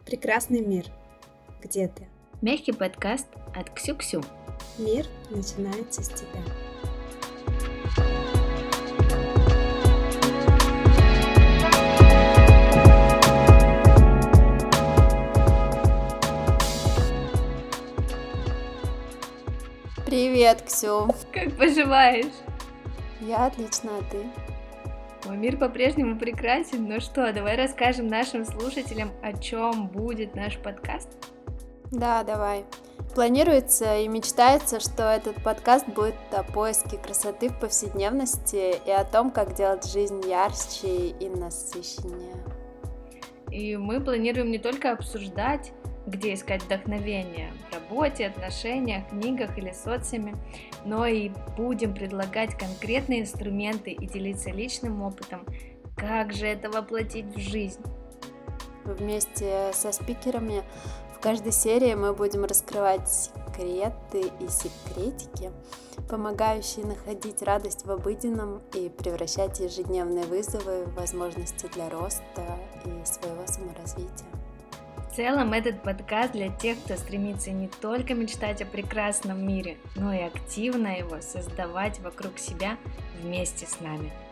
Прекрасный мир. Где ты? Мягкий подкаст от Ксю-Ксю. Мир начинается с тебя. Привет, Ксю. Как поживаешь? Я отлично, а ты? Мой мир по-прежнему прекрасен. Ну что, давай расскажем нашим слушателям, о чем будет наш подкаст? Да, давай. Планируется и мечтается, что этот подкаст будет о поиске красоты в повседневности и о том, как делать жизнь ярче и насыщеннее. И мы планируем не только обсуждать, где искать вдохновение в работе, отношениях, книгах или соцсети, но и будем предлагать конкретные инструменты и делиться личным опытом, как же это воплотить в жизнь. Вместе со спикерами в каждой серии мы будем раскрывать секреты и секретики, помогающие находить радость в обыденном и превращать ежедневные вызовы в возможности для роста и своего саморазвития. В целом, этот подкаст для тех, кто стремится не только мечтать о прекрасном мире, но и активно его создавать вокруг себя вместе с нами.